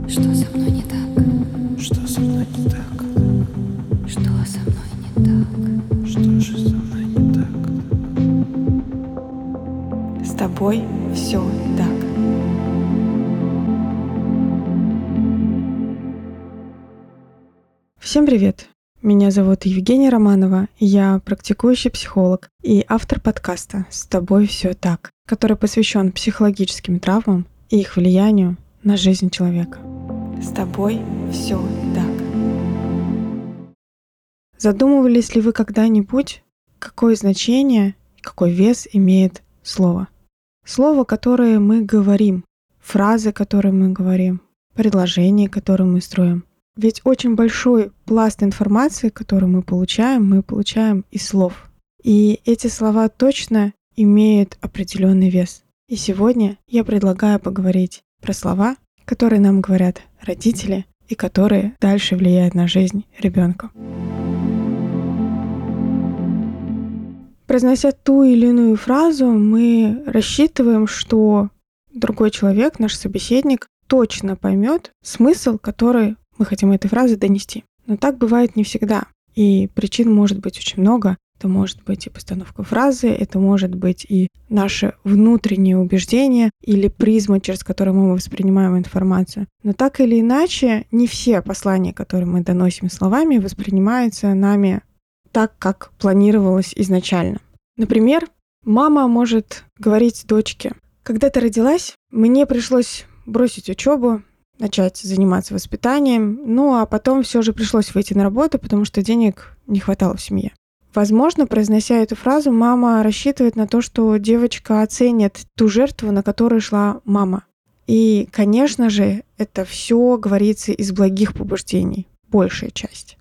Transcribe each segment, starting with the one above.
Что со мной не так? Что со мной не так? Что со мной не так? Что же со мной не так? С тобой все так. Всем привет! Меня зовут Евгения Романова, я практикующий психолог и автор подкаста «С тобой все так», который посвящен психологическим травмам и их влиянию на жизнь человека. С тобой все так. Задумывались ли вы когда-нибудь, какое значение и какой вес имеет слово? Слово, которое мы говорим, фразы, которые мы говорим, предложения, которые мы строим. Ведь очень большой пласт информации, который мы получаем из слов. И эти слова точно имеют определенный вес. И сегодня я предлагаю поговорить про слова, которые нам говорят родители и которые дальше влияют на жизнь ребенка. Произнося ту или иную фразу, мы рассчитываем, что другой человек, наш собеседник, точно поймет смысл, который мы хотим этой фразой донести. Но так бывает не всегда. И причин может быть очень много. Это может быть и постановка фразы, это может быть и наше внутреннее убеждение или призма, через которую мы воспринимаем информацию. Но так или иначе, не все послания, которые мы доносим словами, воспринимаются нами так, как планировалось изначально. Например, мама может говорить дочке: «Когда ты родилась, мне пришлось бросить учебу, начать заниматься воспитанием, а потом все же пришлось выйти на работу, потому что денег не хватало в семье». Возможно, произнося эту фразу, мама рассчитывает на то, что девочка оценит ту жертву, на которую шла мама. И, конечно же, это все говорится из благих побуждений, большая часть.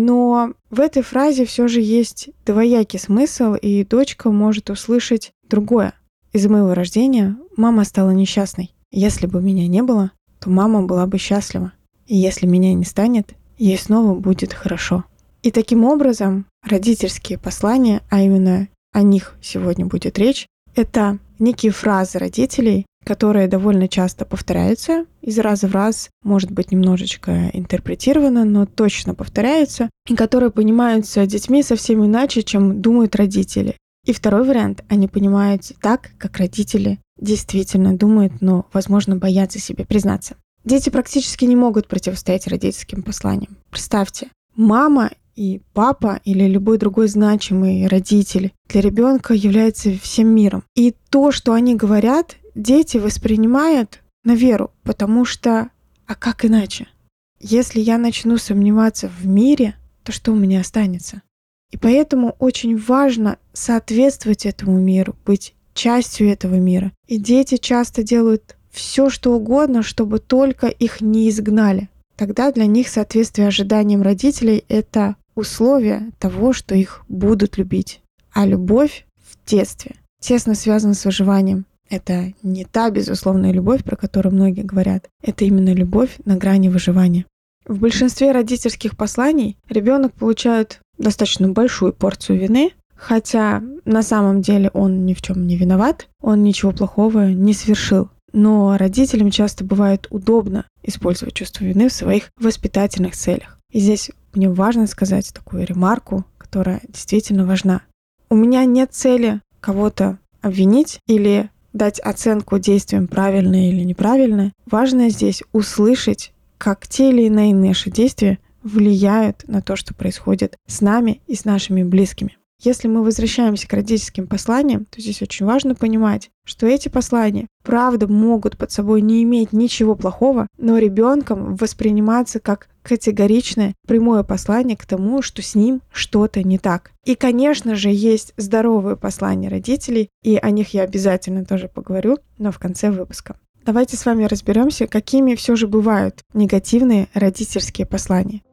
Но в этой фразе все же есть двоякий смысл, и дочка может услышать другое. Из-за моего рождения мама стала несчастной. Если бы меня не было, то мама была бы счастлива. И если меня не станет, ей снова будет хорошо. И таким образом родительские послания, а именно о них сегодня будет речь, это некие фразы родителей, которые довольно часто повторяются, из раза в раз, может быть, немножечко интерпретировано, но точно повторяются, и которые понимаются детьми совсем иначе, чем думают родители. И второй вариант, они понимаются так, как родители действительно думают, но, возможно, боятся себе признаться. Дети практически не могут противостоять родительским посланиям. Представьте, мама и папа или любой другой значимый родитель для ребенка является всем миром. И то, что они говорят, дети воспринимают на веру, потому что а как иначе? Если я начну сомневаться в мире, то что у меня останется? И поэтому очень важно соответствовать этому миру, быть частью этого мира. И дети часто делают все, что угодно, чтобы только их не изгнали. Тогда для них соответствие ожиданиям родителей — это условие того, что их будут любить. А любовь в детстве тесно связана с выживанием. Это не та безусловная любовь, про которую многие говорят. Это именно любовь на грани выживания. В большинстве родительских посланий ребенок получает достаточно большую порцию вины, хотя на самом деле он ни в чем не виноват, он ничего плохого не совершил. Но родителям часто бывает удобно использовать чувство вины в своих воспитательных целях. И здесь мне важно сказать такую ремарку, которая действительно важна. У меня нет цели кого-то обвинить или дать оценку действиям правильное или неправильное. Важно здесь услышать, как те или иные наши действия влияют на то, что происходит с нами и с нашими близкими. Если мы возвращаемся к родительским посланиям, то здесь очень важно понимать, что эти послания, правда, могут под собой не иметь ничего плохого, но ребенком восприниматься как категоричное, прямое послание к тому, что с ним что-то не так. И, конечно же, есть здоровые послания родителей, и о них я обязательно тоже поговорю, но в конце выпуска. Давайте с вами разберемся, какими все же бывают негативные родительские послания.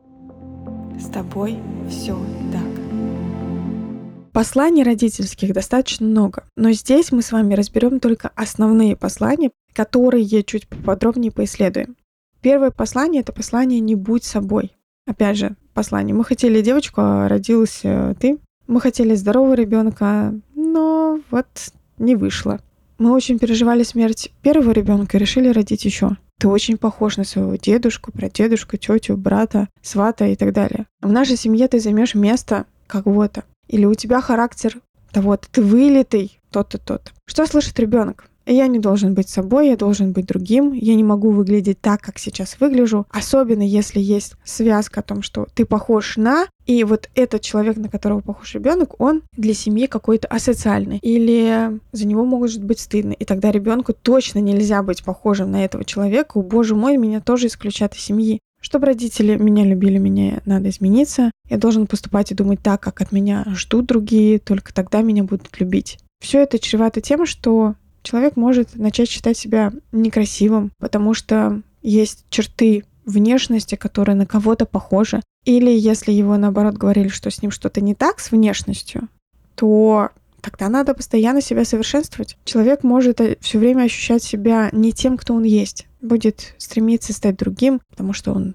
С тобой все так. Посланий родительских достаточно много, но здесь мы с вами разберем только основные послания, которые чуть поподробнее поисследуем. Первое послание — это послание «Не будь собой». Опять же, послание. Мы хотели девочку, а родился ты. Мы хотели здорового ребенка, но вот не вышло. мы очень переживали смерть первого ребенка и решили родить еще. Ты очень похож на своего дедушку, прадедушку, тетю, брата, свата и так далее. В нашей семье ты займешь место кого-то. Или у тебя характер того-то. Ты вылитый то-то, то-то. Что слышит ребенок? Я не должен быть собой, я должен быть другим. Я не могу выглядеть так, как сейчас выгляжу. Особенно если есть связка о том, что ты похож на, и вот этот человек, на которого похож ребенок, он для семьи какой-то асоциальный. Или за него может быть стыдно. И тогда ребенку точно нельзя быть похожим на этого человека. О, боже мой, меня тоже исключат из семьи. Чтобы родители меня любили, мне надо измениться. Я должен поступать и думать так, как от меня ждут другие. Только тогда меня будут любить. Все это чревато тем, что человек может начать считать себя некрасивым, потому что есть черты внешности, которые на кого-то похожи. Или если его, наоборот, говорили, что с ним что-то не так с внешностью, то тогда надо постоянно себя совершенствовать. Человек может все время ощущать себя не тем, кто он есть. Будет стремиться стать другим, потому что он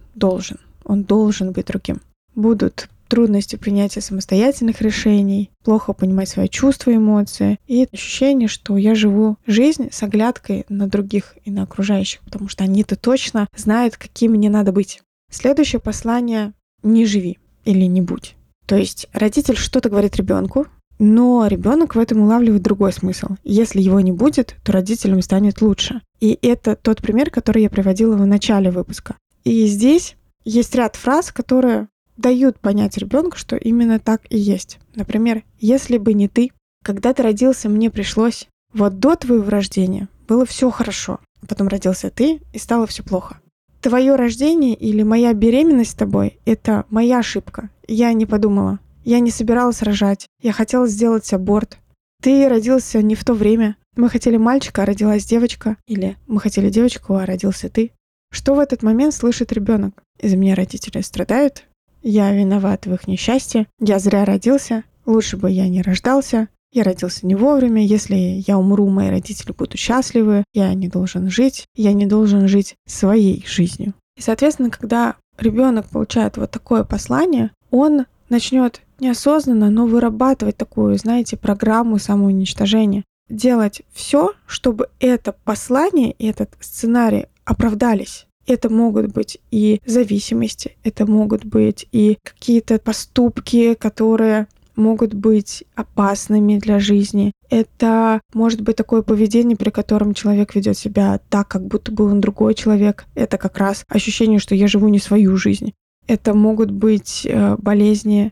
должен быть другим. Будут трудности принятия самостоятельных решений, плохо понимать свои чувства и эмоции, и ощущение, что я живу жизнь с оглядкой на других и на окружающих, потому что они-то точно знают, каким мне надо быть. Следующее послание — не живи или не будь. То есть родитель что-то говорит ребенку, но ребенок в этом улавливает другой смысл. Если его не будет, то родителям станет лучше. И это тот пример, который я приводила в начале выпуска. И здесь есть ряд фраз, которые дают понять ребенку, что именно так и есть. Например, если бы не ты, когда ты родился, мне пришлось. Вот до твоего рождения было все хорошо, а потом родился ты, и стало все плохо. Твое рождение или моя беременность с тобой — это моя ошибка. Я не подумала. Я не собиралась рожать. Я хотела сделать аборт. Ты родился не в то время. Мы хотели мальчика, а родилась девочка. Или мы хотели девочку, а родился ты. Что в этот момент слышит ребенок? Из-за меня родители страдают. Я виноват в их несчастье. Я зря родился. Лучше бы я не рождался. Я родился не вовремя. Если я умру, мои родители будут счастливы. Я не должен жить. Я не должен жить своей жизнью. И, соответственно, когда ребенок получает вот такое послание, он начнет неосознанно, но вырабатывать такую, знаете, программу самоуничтожения. Делать все, чтобы это послание и этот сценарий оправдались. Это могут быть и зависимости, это могут быть и какие-то поступки, которые могут быть опасными для жизни. Это может быть такое поведение, при котором человек ведет себя так, как будто бы он другой человек. Это как раз ощущение, что я живу не свою жизнь. Это могут быть болезни,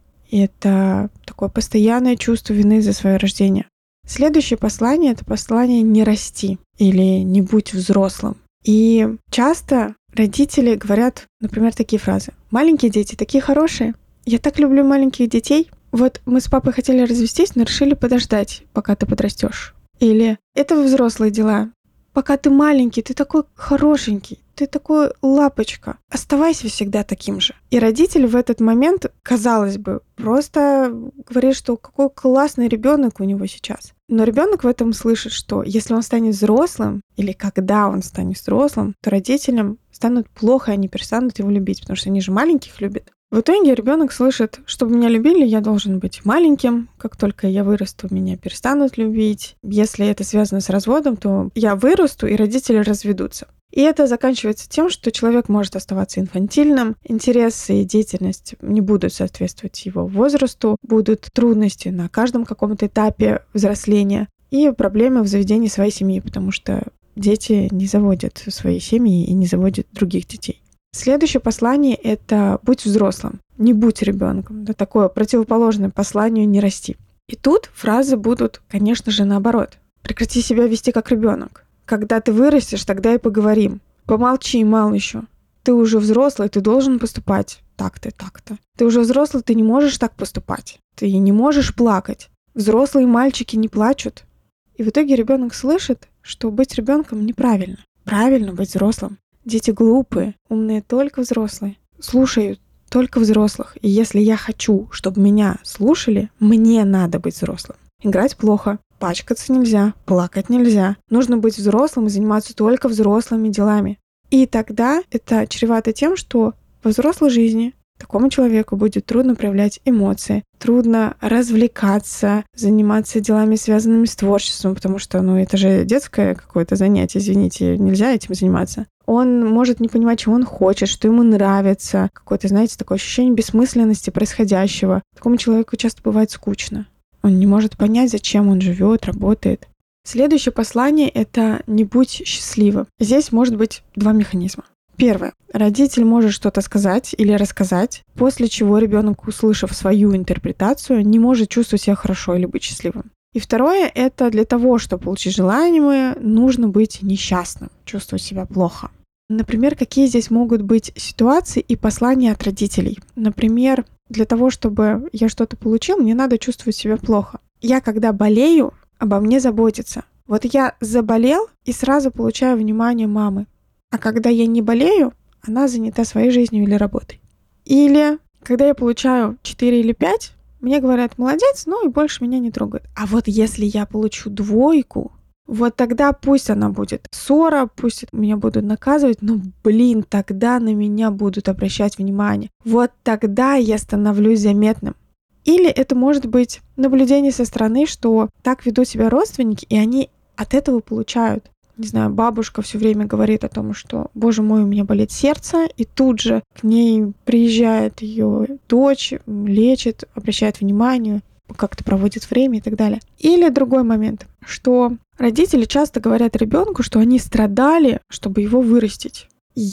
это такое постоянное чувство вины за свое рождение. Следующее послание — это послание «не расти» или «не будь взрослым». И часто родители говорят, например, такие фразы. «Маленькие дети такие хорошие. Я так люблю маленьких детей. Вот мы с папой хотели развестись, но решили подождать, пока ты подрастешь». Или «это взрослые дела. Пока ты маленький, ты такой хорошенький, ты такой лапочка. Оставайся всегда таким же». И родитель в этот момент, казалось бы, просто говорит, что какой классный ребенок у него сейчас. Но ребенок в этом слышит, что если он станет взрослым, или когда он станет взрослым, то родителям станут плохо, и они перестанут его любить, потому что они же маленьких любят. В итоге ребенок слышит, чтобы меня любили, я должен быть маленьким. Как только я вырасту, меня перестанут любить. Если это связано с разводом, то я вырасту, и родители разведутся. И это заканчивается тем, что человек может оставаться инфантильным, интересы и деятельность не будут соответствовать его возрасту, будут трудности на каждом каком-то этапе взросления и проблемы в заведении своей семьи, потому что дети не заводят свои семьи и не заводят других детей. Следующее послание — это «будь взрослым», не будь ребенком. Это такое противоположное посланию «не расти». И тут фразы будут, конечно же, наоборот. Прекрати себя вести как ребенок. Когда ты вырастешь, тогда и поговорим. Помолчи, мал еще. Ты уже взрослый, ты должен поступать так-то, так-то. Ты уже взрослый, ты не можешь так поступать. Ты не можешь плакать. Взрослые мальчики не плачут. И в итоге ребенок слышит, что быть ребенком неправильно. Правильно быть взрослым. Дети глупые, умные только взрослые. Слушают только взрослых. И если я хочу, чтобы меня слушали, мне надо быть взрослым. Играть плохо, пачкаться нельзя, плакать нельзя. Нужно быть взрослым и заниматься только взрослыми делами. И тогда это чревато тем, что во взрослой жизни Такому человеку будет трудно проявлять эмоции, трудно развлекаться, заниматься делами, связанными с творчеством, потому что, это же детское какое-то занятие, извините, нельзя этим заниматься. Он может не понимать, чего он хочет, что ему нравится, какое-то, такое ощущение бессмысленности происходящего. Такому человеку часто бывает скучно. Он не может понять, зачем он живет, работает. Следующее послание — это «не будь счастливым». Здесь может быть два механизма. Первое. Родитель может что-то сказать или рассказать, после чего ребенок, услышав свою интерпретацию, не может чувствовать себя хорошо или быть счастливым. И второе — это для того, чтобы получить желаемое, нужно быть несчастным, чувствовать себя плохо. Например, какие здесь могут быть ситуации и послания от родителей? Например, для того, чтобы я что-то получил, мне надо чувствовать себя плохо. Я, когда болею, обо мне заботятся. Вот я заболел и сразу получаю внимание мамы. А когда я не болею, она занята своей жизнью или работой. Или когда я получаю 4 или 5, мне говорят: молодец, и больше меня не трогают. А вот если я получу 2, вот тогда пусть она будет ссора, пусть меня будут наказывать, тогда на меня будут обращать внимание. Вот тогда я становлюсь заметным. Или это может быть наблюдение со стороны, что так ведут себя родственники, и они от этого получают. Не знаю, бабушка все время говорит о том, что, боже мой, у меня болит сердце, и тут же к ней приезжает ее дочь, лечит, обращает внимание, как-то проводит время и так далее. Или другой момент, что родители часто говорят ребенку, что они страдали, чтобы его вырастить.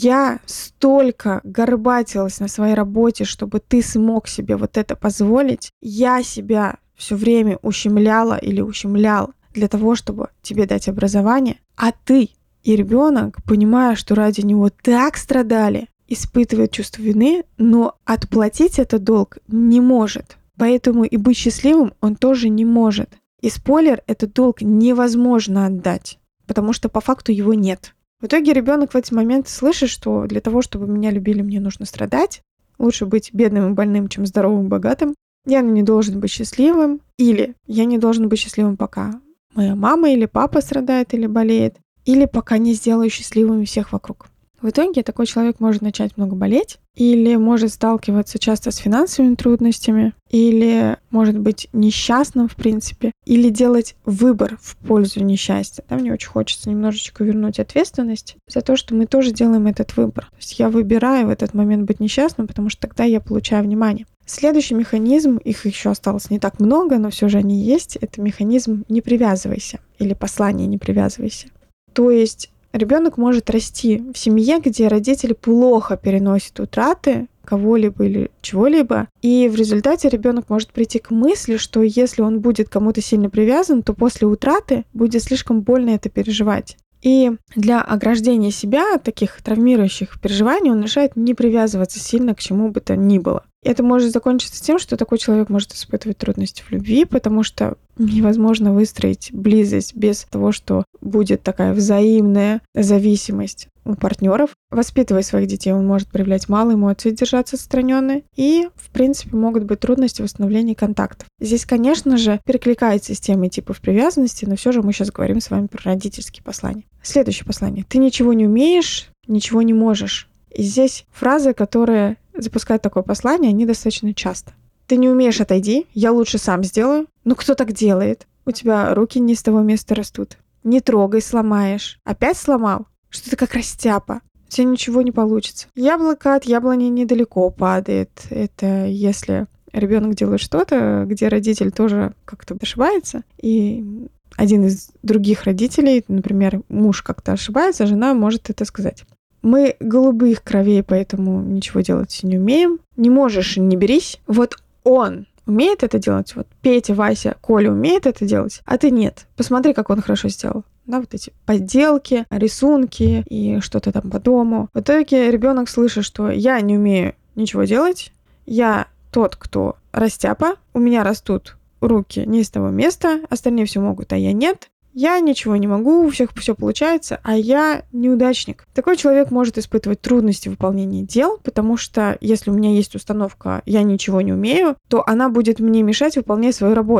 Я столько горбатилась на своей работе, чтобы ты смог себе вот это позволить. Я себя все время ущемляла или ущемлял для того, чтобы тебе дать образование, а ты и ребенок, понимая, что ради него так страдали, испытывает чувство вины, но отплатить этот долг не может. Поэтому и быть счастливым он тоже не может. И спойлер, этот долг невозможно отдать, потому что по факту его нет. В итоге ребенок в эти моменты слышит, что для того, чтобы меня любили, мне нужно страдать. Лучше быть бедным и больным, чем здоровым и богатым. Я не должен быть счастливым. Или я не должен быть счастливым, пока моя мама или папа страдает или болеет. Или пока не сделаю счастливыми всех вокруг. В итоге такой человек может начать много болеть, или может сталкиваться часто с финансовыми трудностями, или может быть несчастным в принципе, или делать выбор в пользу несчастья. Мне очень хочется немножечко вернуть ответственность за то, что мы тоже делаем этот выбор. То есть я выбираю в этот момент быть несчастным, потому что тогда я получаю внимание. Следующий механизм, их еще осталось не так много, но все же они есть, это механизм «не привязывайся» или послание «не привязывайся». То есть ребенок может расти в семье, где родители плохо переносят утраты кого-либо или чего-либо, и в результате ребенок может прийти к мысли, что если он будет кому-то сильно привязан, то после утраты будет слишком больно это переживать. И для ограждения себя от таких травмирующих переживаний он решает не привязываться сильно к чему бы то ни было. Это может закончиться тем, что такой человек может испытывать трудности в любви, потому что невозможно выстроить близость без того, что будет такая взаимная зависимость у партнеров. Воспитывая своих детей, он может проявлять мало эмоций, держаться отстраненно, и, в принципе, могут быть трудности в восстановлении контактов. Здесь, конечно же, перекликается с темой типов привязанности, но все же мы сейчас говорим с вами про родительские послания. Следующее послание. Ты ничего не умеешь, ничего не можешь. И здесь фразы, которые запускают такое послание, они достаточно часто. Ты не умеешь, отойди, я лучше сам сделаю. Кто так делает? У тебя руки не с того места растут. Не трогай, сломаешь. Опять сломал? Что ты как растяпа? У тебя ничего не получится. Яблоко от яблони недалеко падает. Это если ребенок делает что-то, где родитель тоже как-то ошибается, и один из других родителей, например, муж как-то ошибается, жена может это сказать. Мы голубых кровей, поэтому ничего делать не умеем. Не можешь, не берись. Вот он умеет это делать. Вот Петя, Вася, Коля умеет это делать, а ты нет. Посмотри, как он хорошо сделал. Вот эти подделки, рисунки и что-то там по дому. В итоге ребенок слышит, что я не умею ничего делать. Я тот, кто растяпа. У меня растут руки не из того места. Остальные все могут, а я нет. Я ничего не могу, у всех все получается, а я неудачник. Такой человек может испытывать трудности в выполнении дел, потому что если у меня есть установка «я ничего не умею», то она будет мне мешать выполнять свою работу.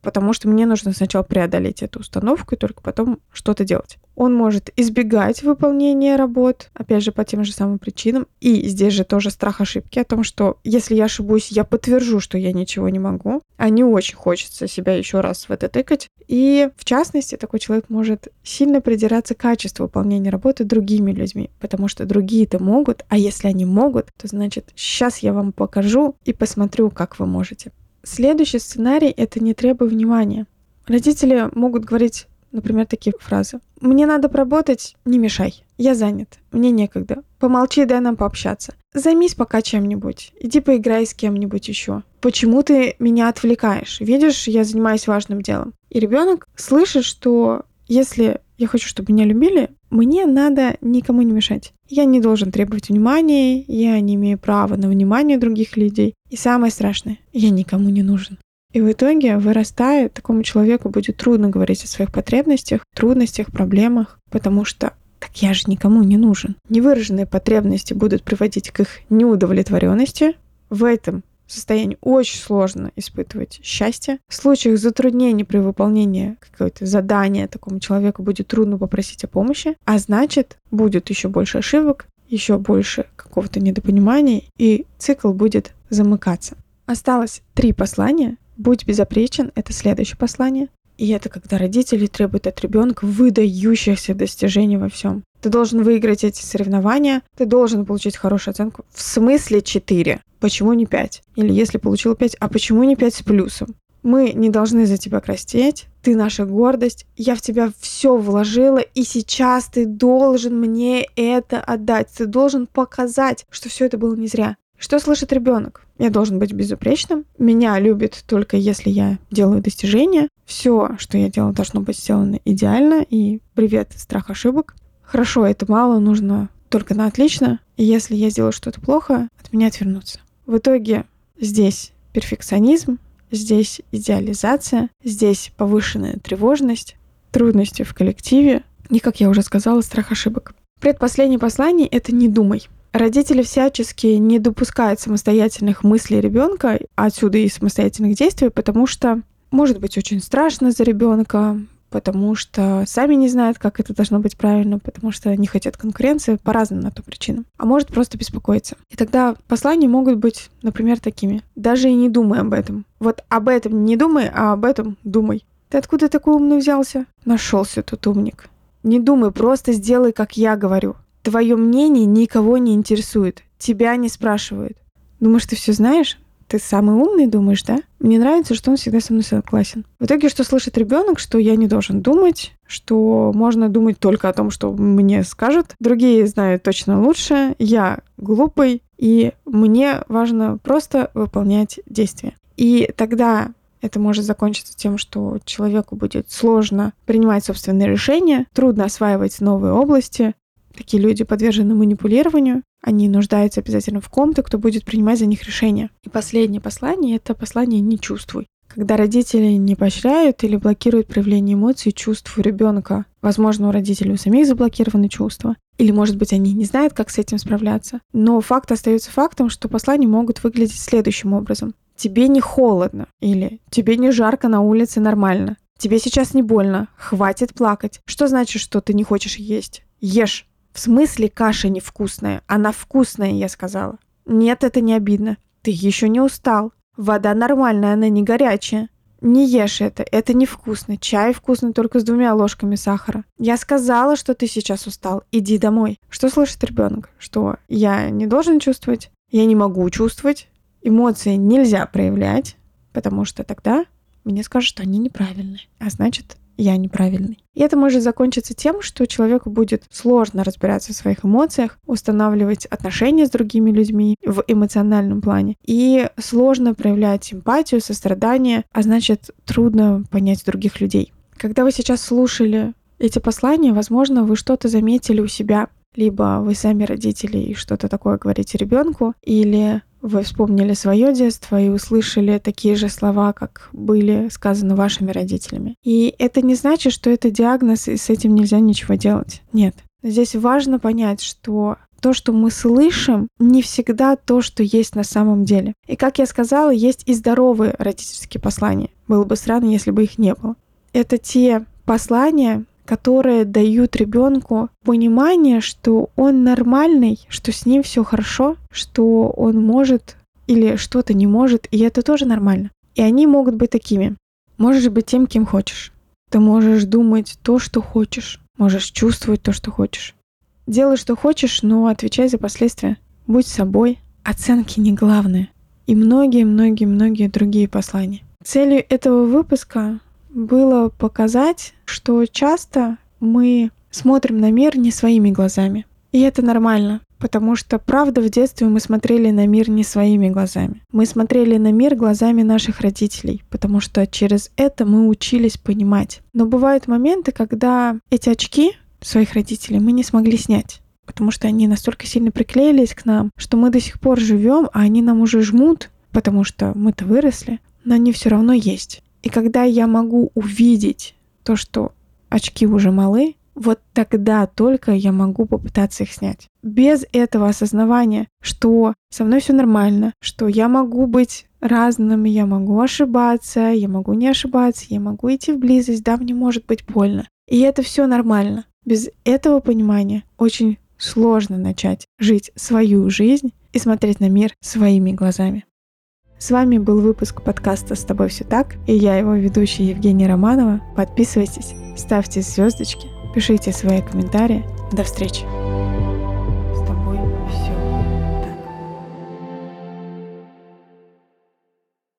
потому что мне нужно сначала преодолеть эту установку и только потом что-то делать. Он может избегать выполнения работ, опять же, по тем же самым причинам. И здесь же тоже страх ошибки о том, что если я ошибусь, я подтвержу, что я ничего не могу. А не очень хочется себя еще раз в это тыкать. И, в частности, такой человек может сильно придираться к качеству выполнения работы другими людьми, потому что другие-то могут, а если они могут, то значит, сейчас я вам покажу и посмотрю, как вы можете. Следующий сценарий — это не требуй внимания. Родители могут говорить, например, такие фразы. «Мне надо поработать, не мешай. Я занят. Мне некогда. Помолчи, дай нам пообщаться. Займись пока чем-нибудь. Иди поиграй с кем-нибудь еще. Почему ты меня отвлекаешь? Видишь, я занимаюсь важным делом». И ребенок слышит, что если я хочу, чтобы меня любили, мне надо никому не мешать. Я не должен требовать внимания, я не имею права на внимание других людей. И самое страшное, я никому не нужен. И в итоге, вырастая, такому человеку будет трудно говорить о своих потребностях, трудностях, проблемах, потому что так я же никому не нужен. Невыраженные потребности будут приводить к их неудовлетворенности. В этом состоянии очень сложно испытывать счастье. В случаях затруднений при выполнении какого-то задания такому человеку будет трудно попросить о помощи, а значит, будет еще больше ошибок, еще больше какого-то недопонимания, и цикл будет замыкаться. Осталось 3 послания. «Будь безупречен» — это следующее послание. И это когда родители требуют от ребенка выдающихся достижений во всем. Ты должен выиграть эти соревнования, ты должен получить хорошую оценку. В смысле 4? Почему не 5? Или если получил 5, а почему не 5 с плюсом? Мы не должны за тебя краснеть, ты наша гордость, я в тебя все вложила, и сейчас ты должен мне это отдать. Ты должен показать, что все это было не зря. Что слышит ребенок? Я должен быть безупречным. Меня любят только если я делаю достижения. Все, что я делаю, должно быть сделано идеально. И привет, страх ошибок. Хорошо, это мало, нужно только на отлично. И если я сделаю что-то плохо, от меня отвернутся. В итоге здесь перфекционизм, здесь идеализация, здесь повышенная тревожность, трудности в коллективе и, как я уже сказала, страх ошибок. Предпоследнее послание — это «не думай». Родители всячески не допускают самостоятельных мыслей ребенка, а отсюда и самостоятельных действий, потому что может быть очень страшно за ребенка, потому что сами не знают, как это должно быть правильно, потому что не хотят конкуренции по разным на то причинам. А может просто беспокоиться. И тогда послания могут быть, например, такими. Даже и не думай об этом. Вот об этом не думай, а об этом думай. Ты откуда такой умный взялся? Нашелся тут умник. Не думай, просто сделай, как я говорю. Твое мнение никого не интересует. Тебя не спрашивают. Думаешь, ты все знаешь? Ты самый умный, думаешь, да? Мне нравится, что он всегда со мной согласен. В итоге, что слышит ребенок, что я не должен думать, что можно думать только о том, что мне скажут. Другие знают точно лучше. Я глупый, и мне важно просто выполнять действия. И тогда это может закончиться тем, что человеку будет сложно принимать собственные решения, трудно осваивать новые области. Такие люди подвержены манипулированию, они нуждаются обязательно в ком-то, кто будет принимать за них решения. И последнее послание — это послание «не чувствуй». Когда родители не поощряют или блокируют проявление эмоций и чувств у ребенка, возможно, у родителей у самих заблокированы чувства, или, может быть, они не знают, как с этим справляться. Но факт остается фактом, что послания могут выглядеть следующим образом. «Тебе не холодно» или «тебе не жарко на улице, нормально». «Тебе сейчас не больно, хватит плакать». Что значит, что ты не хочешь есть? Ешь. В смысле каша невкусная? Она вкусная, я сказала. Нет, это не обидно. Ты еще не устал. Вода нормальная, она не горячая. Не ешь это невкусно. Чай вкусный только с 2 ложками сахара. Я сказала, что ты сейчас устал. Иди домой. Что слышит ребенок? Что я не должен чувствовать? Я не могу чувствовать. Эмоции нельзя проявлять, потому что тогда мне скажут, что они неправильные. А значит, я неправильный. И это может закончиться тем, что человеку будет сложно разбираться в своих эмоциях, устанавливать отношения с другими людьми в эмоциональном плане. И сложно проявлять эмпатию, сострадание, а значит, трудно понять других людей. Когда вы сейчас слушали эти послания, возможно, вы что-то заметили у себя. Либо вы сами родители и что-то такое говорите ребенку, или вы вспомнили свое детство и услышали такие же слова, как были сказаны вашими родителями. И это не значит, что это диагноз, и с этим нельзя ничего делать. Нет. Здесь важно понять, что то, что мы слышим, не всегда то, что есть на самом деле. И, как я сказала, есть и здоровые родительские послания. Было бы странно, если бы их не было. Это те послания, которые дают ребенку понимание, что он нормальный, что с ним все хорошо, что он может или что-то не может, и это тоже нормально. И они могут быть такими. Можешь быть тем, кем хочешь. Ты можешь думать то, что хочешь. Можешь чувствовать то, что хочешь. Делай, что хочешь, но отвечай за последствия. Будь собой. Оценки не главное. И многие другие послания. Целью этого выпуска было показать, что часто мы смотрим на мир не своими глазами. И это нормально, потому что, правда, в детстве мы смотрели на мир не своими глазами. Мы смотрели на мир глазами наших родителей, потому что через это мы учились понимать. Но бывают моменты, когда эти очки своих родителей мы не смогли снять, потому что они настолько сильно приклеились к нам, что мы до сих пор живем, а они нам уже жмут, потому что мы-то выросли, но они все равно есть. И когда я могу увидеть то, что очки уже малы, вот тогда только я могу попытаться их снять. Без этого осознавания, что со мной все нормально, что я могу быть разным, я могу ошибаться, я могу не ошибаться, я могу идти в близость, да, мне может быть больно. И это все нормально. Без этого понимания очень сложно начать жить свою жизнь и смотреть на мир своими глазами. С вами был выпуск подкаста «С тобой все так», и я его ведущая Евгения Романова. Подписывайтесь, ставьте звездочки, пишите свои комментарии. До встречи!